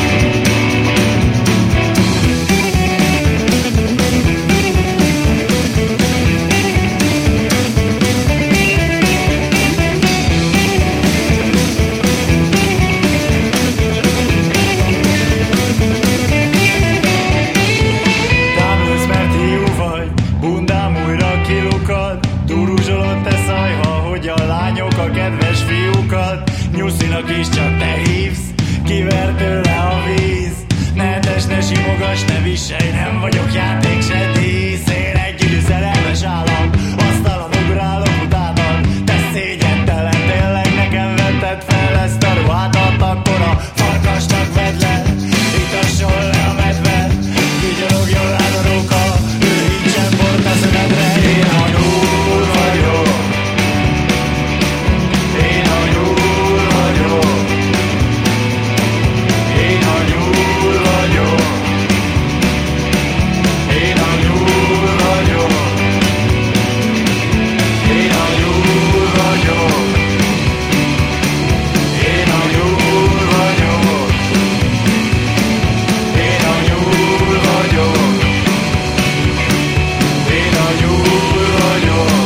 Speaker 3: Nyuszinak is csak te hívsz, kiver tőle a víz. Ne tess, ne simogass, ne viselj, nem vagyok játék se dísz. Én egy üdű szerelmes állam, asztalan ugrálok utánad. Te szégyentelen, tényleg nekem vetted fel ezt a ruhádat. Akkor a farkasnak vedd le, itasson le a medve, vigyorogjon rád a róka, ő hincsen bort a szemedre. Én a nyúl vagyok, én a nyúl vagyok, én a nyúl vagyok, én a nyúl vagyok, én a nyúl vagyok, én a nyúl vagyok, én a nyúl vagyok, én a nyúl vagyok.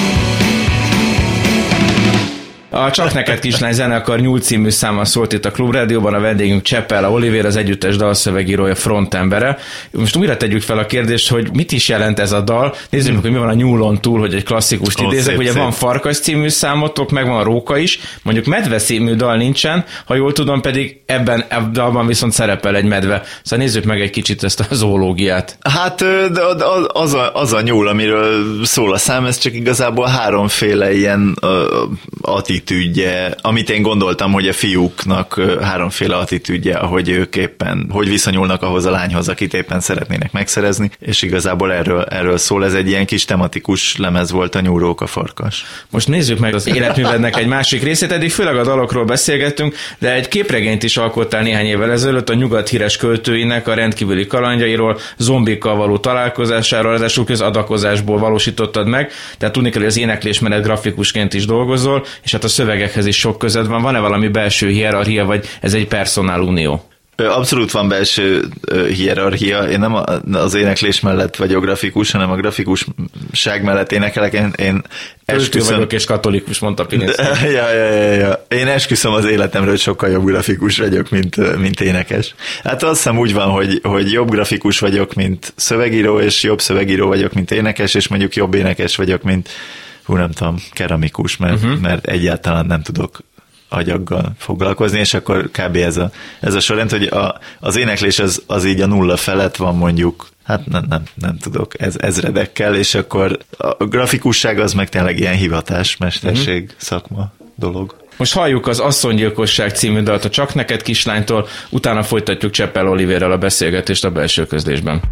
Speaker 2: A Csak neked kislány zenekar Nyúl című száma szólt itt a Klubrádióban, a vendégünk Cseppel Olivér, az együttes dalszövegírója, frontembere. Most újra tegyük fel a kérdést, hogy mit is jelent ez a dal. Nézzük meg, hogy mi van a nyúlon túl, hogy egy klasszikust oh, idézek. Ugye szép. Van Farkas című számotok, meg van Róka is, mondjuk Medve című dal nincsen, ha jól tudom, pedig ebben a dalban viszont szerepel egy medve. Szóval nézzük meg egy kicsit ezt a zoológiát.
Speaker 4: Hát az a, az a nyúl, amiről szól a szám, ez csak igazából háromféle ilyen uh, attitűd attitűdje, amit én gondoltam, hogy a fiúknak háromféle attitűdje, ahogy ők éppen, hogy viszonyulnak ahhoz a lányhoz, akit éppen szeretnének megszerezni, és igazából erről, erről szól. Ez egy ilyen kis tematikus lemez volt, a Nyúróka farkas.
Speaker 2: Most nézzük meg az életművednek egy másik részét, eddig főleg a dalokról beszélgettünk, de egy képregényt is alkottál néhány évvel ezelőtt a nyugat híres költőinek a rendkívüli kalandjairól, zombikkal való találkozásáról, ráadásul közadakozásból valósítottad meg, tehát tudni kell, hogy az éneklés mellett grafikusként is dolgozol, és hát a szövegekhez is sok között van. Van-e valami belső hierarchia, vagy ez egy personál unió?
Speaker 4: Abszolút van belső hierarchia. Én nem az éneklés mellett vagyok grafikus, hanem a grafikusság mellett énekelek. Én, én
Speaker 2: esküszöm... vagyok és katolikus, mondta Pilinszky.
Speaker 4: Ja, ja, ja, ja. Én esküszöm az életemről, hogy sokkal jobb grafikus vagyok, mint, mint énekes. Hát azt hiszem úgy van, hogy, hogy jobb grafikus vagyok, mint szövegíró, és jobb szövegíró vagyok, mint énekes, és mondjuk jobb énekes vagyok, mint hú, nem tudom, keramikus, mert, uh-huh. mert egyáltalán nem tudok agyaggal foglalkozni, és akkor kb. ez a, ez a sorrend, hogy a, az éneklés az, az így a nulla felett van mondjuk, hát nem, nem, nem tudok, ez, ezredekkel, és akkor a grafikusság az meg tényleg ilyen hivatás, mesterség, uh-huh. szakma dolog.
Speaker 2: Most halljuk az Asszonygyilkosság című dalt a Csak neked kislánytól, utána folytatjuk Cseppel Olivérrel a beszélgetést a belső közlésben.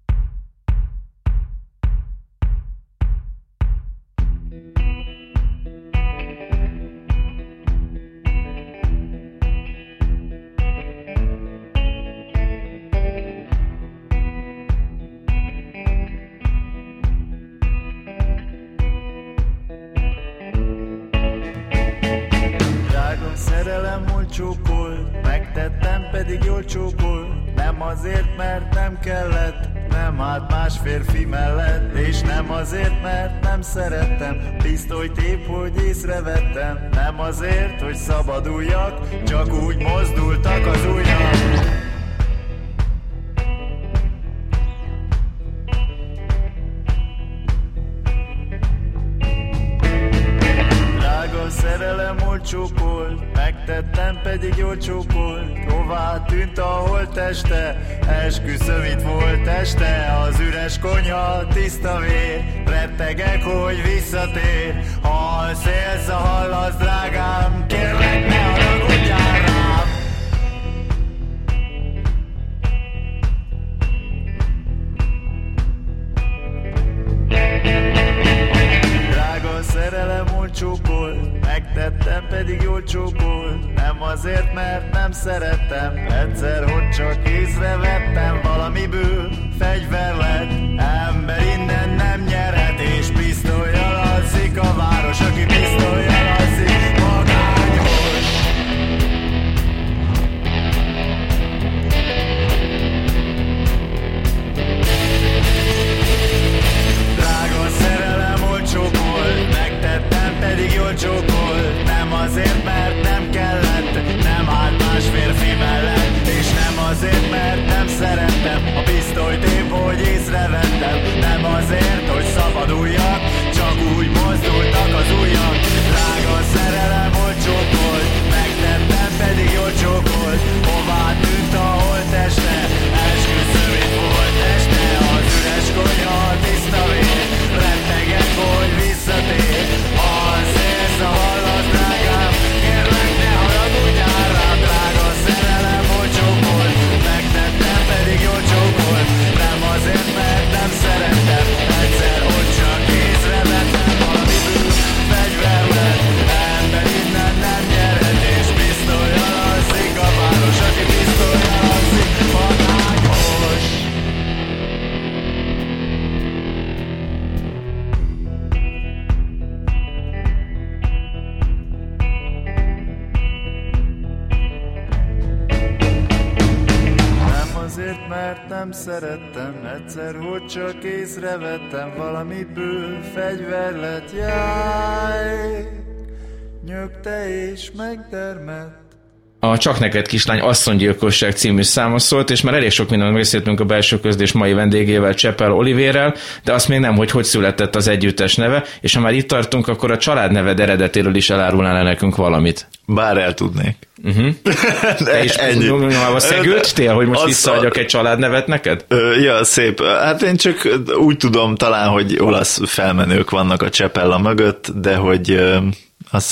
Speaker 3: Megtettem, pedig jól csókolt. Nem azért, mert nem kellett, nem állt más férfi mellett. És nem azért, mert nem szerettem, pisztolyt épp, hogy észrevettem. Nem azért, hogy szabaduljak, csak úgy mozdultak az ujjak. Szerelem olcsó volt, megtettem, pedig jól csókolt. Hová tűnt a holtteste, esküszöm, itt volt este. Az üres konyha, tiszta vér, rettegek, hogy visszatér. Ha szélsz, a hallasz, drágám, kérlek, ne haragudjál rám. Drága szerelem olcsó volt, megtettem, pedig jól csókolt. Nem azért, mert nem szerettem, egyszer, hogy csak észrevettem. Valamiből fegyver lett, ember innen nem nyerhet. És pisztollyal alszik a város, aki pisztollyal alszik, magányos. Drága szerelem olcsó volt, megtettem, pedig jól csókolt. Nem azért, mert nem kellett, nem állt más férfi mellett. És nem azért, mert nem szerettem, a pisztolyt épp, hogy észrevettem. Nem azért, hogy szabaduljak, csak úgy mozdultak az ujjak. Drága szerelem olcsó volt, megtettem, pedig jól csókolt. Hová tűnt a holtteste, esküszöm, itt volt este. Az üres konyha, tiszta vér, rettegek, hogy visszatér. Ha szélsz, a hallasz, drágám, kérlek, ne haragudjál rám. Drága szerelem olcsó volt, megtettem, pedig jól csókolt. Nem azért, mert nem szerettem, egyszer, hogy csak észrevettem. Valamiből fegyver lett, ember innen nem nyerhet. És pisztollyal alszik a város, aki pisztollyal alszik, magányos. Azért, mert nem szerettem, egyszer, hogy csak észrevettem. Valamiből fegyver lett, jaj, nyögte és megdermedt.
Speaker 2: A Csak neked kislány Asszonygyilkosság című száma szólt, és már elég sok mindent beszéltünk a belső közlés mai vendégével, Cseppel Olivérrel, de azt még nem, hogy hogy született az együttes neve, és ha már itt tartunk, akkor a családneved eredetéről is elárulnál nekünk valamit.
Speaker 4: Bár el tudnék.
Speaker 2: Uh-huh. Te is nyomában szegültél, hogy most visszaadjak egy családnevet neked?
Speaker 4: Ja, szép. Hát én csak úgy tudom talán, hogy olasz felmenők vannak a Cseppella mögött, de hogy azt hiszem, hogy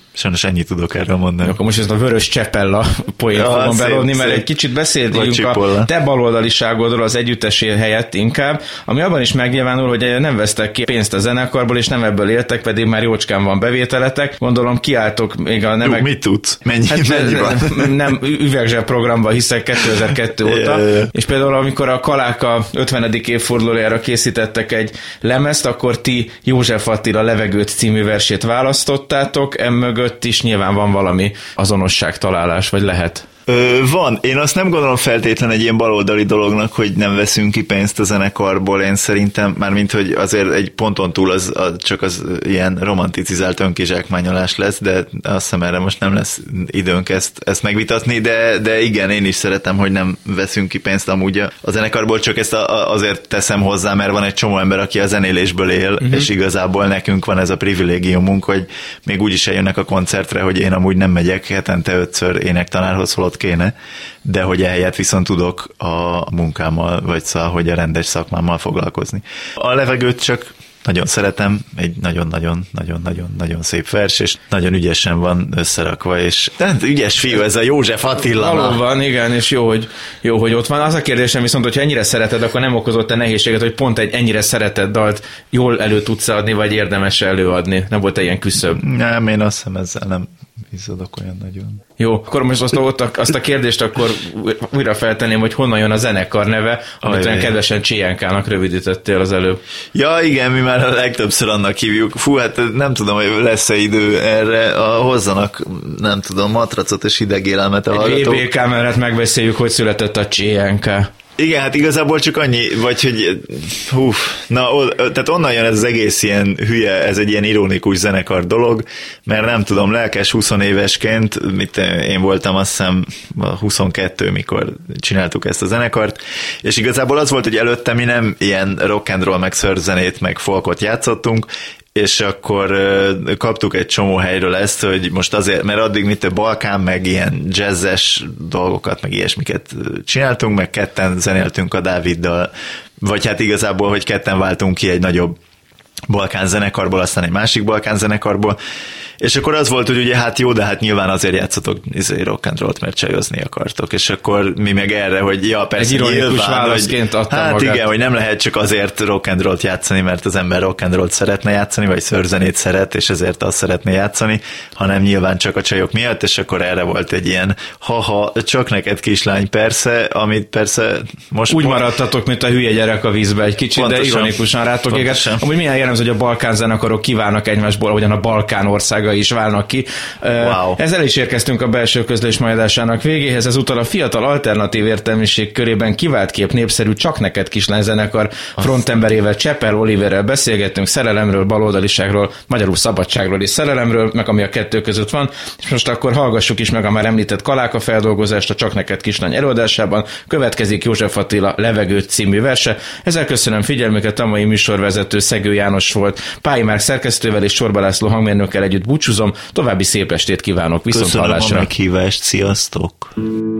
Speaker 4: Sajnos ennyit tudok erről mondani.
Speaker 2: Akkor most ezt a vörös csepella poént
Speaker 4: ja,
Speaker 2: fogom
Speaker 4: szép,
Speaker 2: belódni, mert
Speaker 4: szép.
Speaker 2: egy kicsit beszéltünk a te baloldaliságodról az együttesé helyett inkább, ami abban is megnyilvánul, hogy nem vesztek ki pénzt a zenekarból, és nem ebből éltek, pedig már jócskán van bevételetek. Gondolom kiálltok még a nemek...
Speaker 4: Jó, mit tudsz? Mennyi,
Speaker 2: hát,
Speaker 4: mennyi van?
Speaker 2: Nem, üvegzseb programban hiszek kétezer-kettő óta, és például amikor a Kaláka ötvenedik évfordulójára készítettek egy lemezt, akkor ti József Attila Levegőt című versét választottátok, emögött is nyilván van valami azonosságtalálás, vagy lehet?
Speaker 4: Ö, van. Én azt nem gondolom feltétlen egy ilyen baloldali dolognak, hogy nem veszünk ki pénzt a zenekarból. Én szerintem, mármint, hogy azért egy ponton túl az, az csak az ilyen romanticizált önkizsákmányolás lesz, de azt hiszem erre most nem lesz időnk ezt, ezt megvitatni, de, de igen, én is szeretem, hogy nem veszünk ki pénzt amúgy a zenekarból, csak ezt a, a, azért teszem hozzá, mert van egy csomó ember, aki a zenélésből él, uh-huh. és igazából nekünk van ez a privilégiumunk, hogy még úgy is eljönnek a koncertre, hogy én amúgy nem megyek hetente ötször énektanárhoz, holott kéne, de hogy ehelyett viszont tudok a munkámmal, vagy szóval, hogy a rendes szakmámmal foglalkozni. A Levegőt csak nagyon szeretem, egy nagyon-nagyon-nagyon-nagyon-nagyon szép vers, és nagyon ügyesen van összerakva, és ügyes fiú ez a József Attila.
Speaker 2: Valóban, igen, és jó hogy, jó, hogy ott van. Az a kérdésem viszont, hogyha ennyire szereted, akkor nem okozott-e nehézséget, hogy pont egy ennyire szeretett dalt jól elő tudsz adni, vagy érdemes előadni? Nem volt-e ilyen küszöb?
Speaker 4: Nem, én azt hiszem ezzel nem izzadok olyan nagyon.
Speaker 2: Jó, akkor most azt a, azt a kérdést akkor újra feltenném, hogy honnan jön a zenekar neve, amit olyan kedvesen Csienkának rövidítettél az előbb.
Speaker 4: Ja, igen, mi már a legtöbbször annak hívjuk. Fú, hát nem tudom, hogy lesz-e idő erre. A, hozzanak, nem tudom, matracot és hidegélelmet a hallgatók.
Speaker 2: Egy vé bé kamerát megbeszéljük, hogy született a Csienka.
Speaker 4: Igen, hát igazából csak annyi, vagy hogy hú, na, tehát onnan jön ez az egész ilyen hülye, ez egy ilyen ironikus zenekar dolog, mert nem tudom, lelkes huszonévesként, mit én voltam azt hiszem huszonkettő, mikor csináltuk ezt a zenekart, és igazából az volt, hogy előtte mi nem ilyen rock and roll, meg szörzenét, meg folkot játszottunk, és akkor uh, kaptuk egy csomó helyről ezt, hogy most azért, mert addig mit a Balkán, meg ilyen jazzes dolgokat, meg ilyesmiket csináltunk, meg ketten zenéltünk a Dáviddal, vagy hát igazából, hogy ketten váltunk ki egy nagyobb Balkán zenekarból, aztán egy másik Balkán zenekarból, és akkor az volt, hogy ugye hát jó, de hát nyilván azért játszotok izé, rock and rollt, mert csajozni akartok, és akkor mi meg erre, hogy ja, persze
Speaker 2: egy ironikus válaszként
Speaker 4: adta hát
Speaker 2: magát.
Speaker 4: Igen, hogy nem lehet csak azért rock and rollt játszani, mert az ember rock and rollt szeretne játszani, vagy szörzenét szeret, és ezért azt szeretné játszani, hanem nyilván csak a csajok miatt, és akkor erre volt egy ilyen haha, csak neked kislány, persze, amit persze most...
Speaker 2: Úgy maradtatok, mint a hülye gyerek a vízbe egy kicsit, pontosan, de ironikusan rátok éget. Amúgy milyen jellemző, hogy a Balkán zenekarok kívánnak egymásból, ahogyan a Balkán országa is válnak ki. Wow. Ezzel is érkeztünk a belső közlés majdásának végéhez, ezúttal a fiatal alternatív értelmiség körében kivált kép népszerű Csak neked kislány zenekar frontemberével, Csepel Oliverrel beszélgettünk szerelemről, baloldaliságról, magyarul szabadságról és szerelemről, meg ami a kettő között van, és most akkor hallgassuk is meg a már említett Kaláka feldolgozást a Csak neked kislány előadásában. Következik József Attila Levegőt című verse. Ezzel köszönöm figyelmüket, a mai műsorvezető Szegő János volt. Pályi Márk szerkesztővel és Sorba László hangmérnökkel együtt búcsúzom, további szép estét kívánok, viszont hallásra.
Speaker 4: Köszönöm a meghívást, sziasztok!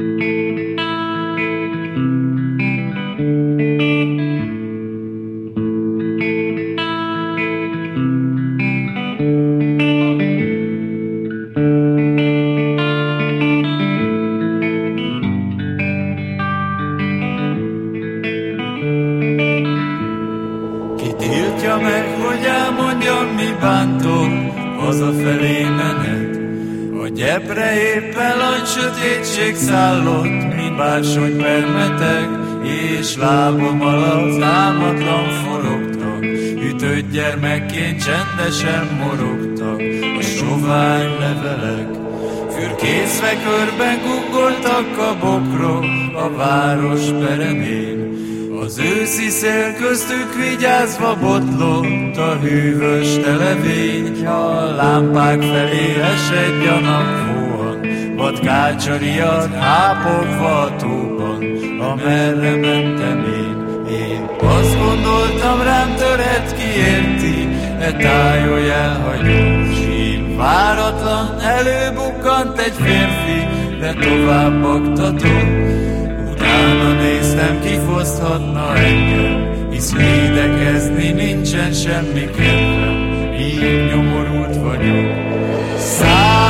Speaker 3: Ki tiltja meg, hogy elmondjam, mi bántok, hazafelé menet. A gyepre éppen nagy sötétség szállott, mint bársony permeteg, és lábam alatt álmatlan forogtak, ütött gyermekként csendesen morogtak a sovány levelek. Fürkészve körben guggoltak a bokrok a város peremén. Az őszi szél köztük vigyázva botlott a hűvös televény, a lámpák felé esett gyanakvóan, vadkácsariat hápogva a tóban, amerre mentem én. Én azt gondoltam, rám töret ki érti, e tájolj elhagyom, sín váratlan előbukkant egy férfi, de tovább baktatott. Utána néztem, kifoszthatna engem, hisz védekezni nincsen semmi kedvem, így nyomorult vagyok. Száll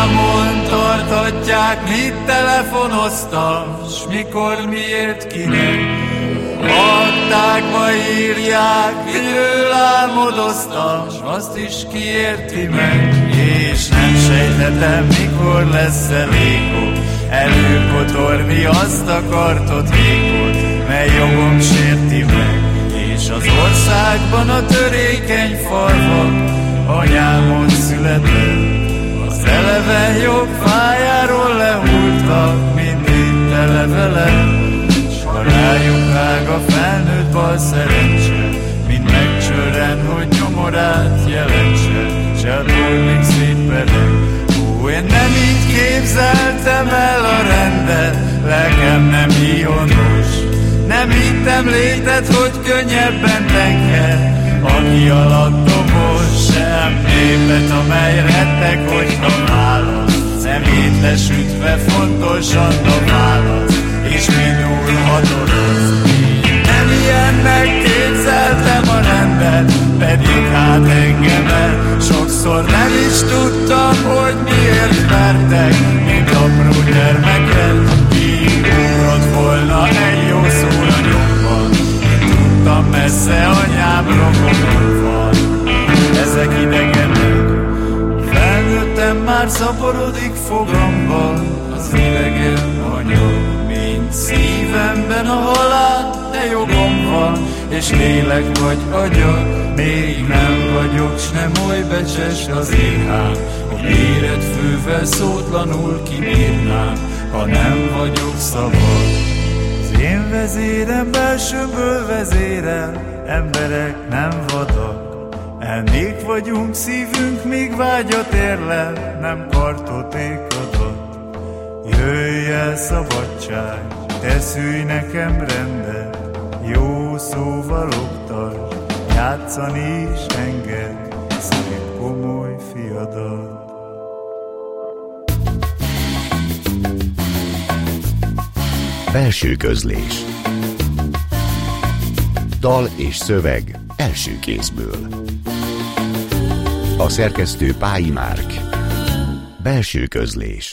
Speaker 3: telefonoztam, s mikor, miért, kinek. Aktákba írják, miről álmodoztam, s azt is kiérti meg. És nem sejthetem, mikor lesz elég előkotorni azt a kartot vékot, mely jogom sérti meg. És az országban a törékeny falvak anyámon született. Az eleven jogfájáról lehultak mindig tele vele, s ha rájuk ág a felnőtt bal szerencse, mind megcsörren, hogy nyomorát jelentse, se a tornik szétpereg. Ó, én nem így képzeltem el a rendet, lelkem nem híjonos, nem hittem létet, hogy könnyebben tenger, aki alatt dobos, sem népet, amely rettek, hogyha válasz. Szemét lesütve fontosan dobálasz, és mindúl hatoroz. Nem ilyennek képzeltem a rendet, pedig hát engemet sokszor nem is tudtam, hogy miért vertek, mint apró gyermeket. Így ugrott volna egy jó szóra nyomban, én tudtam, messze anyám rokonon van. Ezek idegenek, felnőttem, már szaporodik fogamban az idegen anyag. Mint szívemben a halál, de jogom van, és lélek vagy agyag. Még nem vagyok, s nem oly becses az érhám, hogy éred fővel szótlanul kibírnám, ha nem vagyok szabad. Az én vezérem belsőmből vezérel, emberek nem vadak. Elnék vagyunk, szívünk még vágyat érlel, nem kartotékadat. Jöjj el szabadság, te szülj nekem rendet, jó szóval oktasd, játszani is enged, szép komoly fiadat.
Speaker 1: Belső közlés. Dal és szöveg első kézből. A szerkesztő Pályi Márk. Belső közlés.